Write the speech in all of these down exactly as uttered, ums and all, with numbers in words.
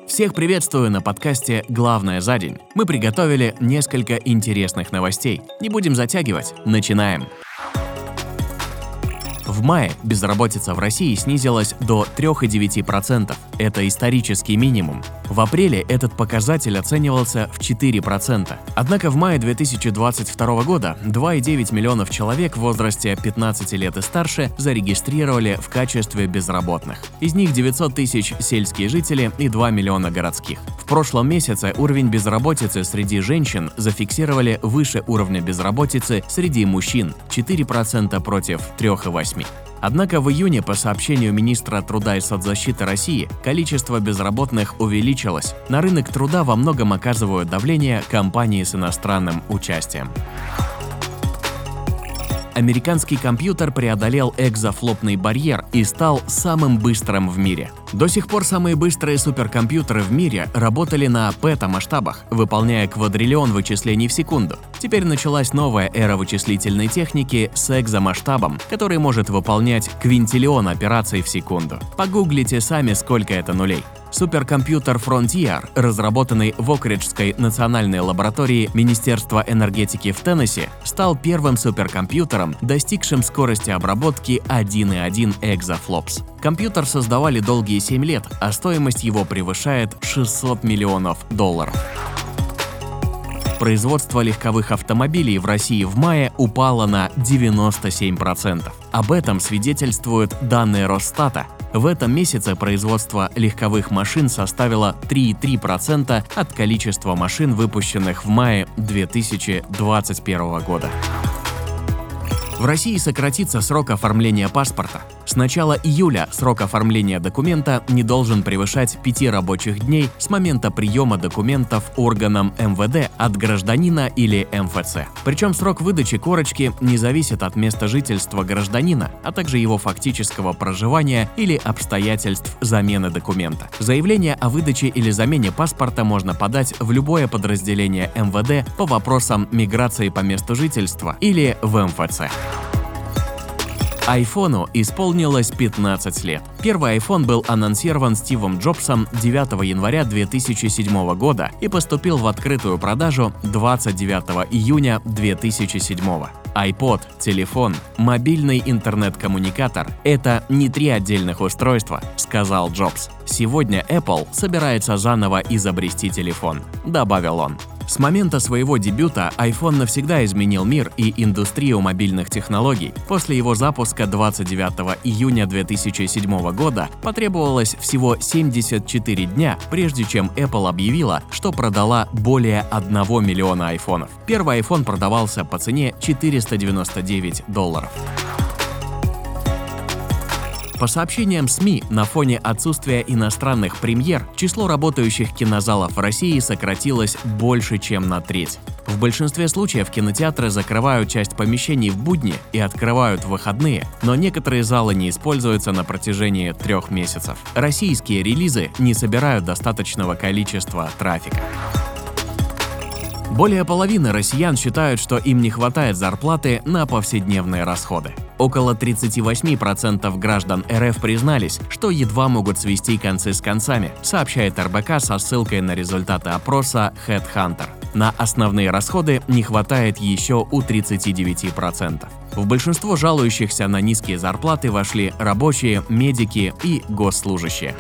Всех приветствую на подкасте «Главное за день». Мы приготовили несколько интересных новостей. Не будем затягивать, начинаем. В мае безработица в России снизилась до три целых девять десятых процента. Это исторический минимум. В апреле этот показатель оценивался в четыре процента. Однако в мае две тысячи двадцать второго года два целых девять десятых миллионов человек в возрасте пятнадцати лет и старше зарегистрировали в качестве безработных. Из них девятьсот тысяч сельские жители и два миллиона городских. В прошлом месяце уровень безработицы среди женщин зафиксировали выше уровня безработицы среди мужчин – четыре процента против трёх целых восьми десятых. Однако в июне, по сообщению министра труда и соцзащиты России, количество безработных увеличилось. На рынок труда во многом оказывают давление компании с иностранным участием. Американский компьютер преодолел экзофлопный барьер и стал самым быстрым в мире. До сих пор самые быстрые суперкомпьютеры в мире работали на пета-масштабах, выполняя квадриллион вычислений в секунду. Теперь началась новая эра вычислительной техники с экзомасштабом, который может выполнять квинтиллион операций в секунду. Погуглите сами, сколько это нулей. Суперкомпьютер Frontier, разработанный в Окриджской национальной лаборатории Министерства энергетики в Теннесси, стал первым суперкомпьютером, достигшим скорости обработки один целых одна десятых экзофлопс. Компьютер создавали долгие семь лет, а стоимость его превышает шестьсот миллионов долларов. Производство легковых автомобилей в России в мае упало на девяносто семь процентов. Об этом свидетельствуют данные Росстата. В этом месяце производство легковых машин составило три целых три десятых процента от количества машин, выпущенных в мае две тысячи двадцать первого года. В России сократится срок оформления паспорта. С начала июля срок оформления документа не должен превышать пяти рабочих дней с момента приема документов органам эм вэ дэ от гражданина или эм эф цэ. Причем срок выдачи корочки не зависит от места жительства гражданина, а также его фактического проживания или обстоятельств замены документа. Заявление о выдаче или замене паспорта можно подать в любое подразделение эм вэ дэ по вопросам миграции по месту жительства или в эм эф цэ. айфону исполнилось пятнадцать лет. Первый iPhone был анонсирован Стивом Джобсом девятого января две тысячи седьмого года и поступил в открытую продажу двадцать девятого июня две тысячи седьмого. iPod, телефон, мобильный интернет-коммуникатор – это не три отдельных устройства, сказал Джобс. Сегодня Apple собирается заново изобрести телефон, добавил он. С момента своего дебюта iPhone навсегда изменил мир и индустрию мобильных технологий. После его запуска двадцать девятого июня две тысячи седьмого года потребовалось всего семьдесят четыре дня, прежде чем Apple объявила, что продала более одного миллиона айфонов. Первый iPhone продавался по цене четыреста девяносто девять долларов. По сообщениям СМИ, на фоне отсутствия иностранных премьер, число работающих кинозалов в России сократилось больше, чем на треть. В большинстве случаев кинотеатры закрывают часть помещений в будни и открывают в выходные, но некоторые залы не используются на протяжении трех месяцев. Российские релизы не собирают достаточного количества трафика. Более половины россиян считают, что им не хватает зарплаты на повседневные расходы. Около тридцать восемь процентов граждан эр эф признались, что едва могут свести концы с концами, сообщает эр бэ ка со ссылкой на результаты опроса HeadHunter. На основные расходы не хватает еще у тридцати девяти процентов. В большинство жалующихся на низкие зарплаты вошли рабочие, медики и госслужащие.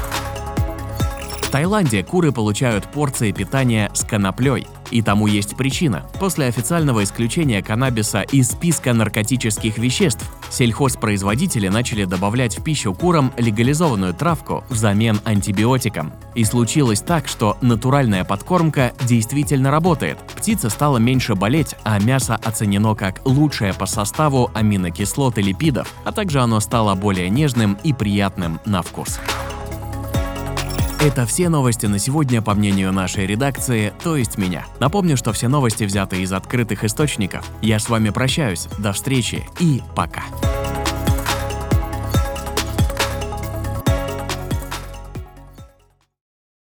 В Таиланде куры получают порции питания с коноплей. И тому есть причина. После официального исключения каннабиса из списка наркотических веществ, сельхозпроизводители начали добавлять в пищу курам легализованную травку взамен антибиотикам. И случилось так, что натуральная подкормка действительно работает. Птица стала меньше болеть, а мясо оценено как лучшее по составу аминокислот и липидов, а также оно стало более нежным и приятным на вкус. Это все новости на сегодня, по мнению нашей редакции, то есть меня. Напомню, что все новости взяты из открытых источников. Я с вами прощаюсь, до встречи и пока.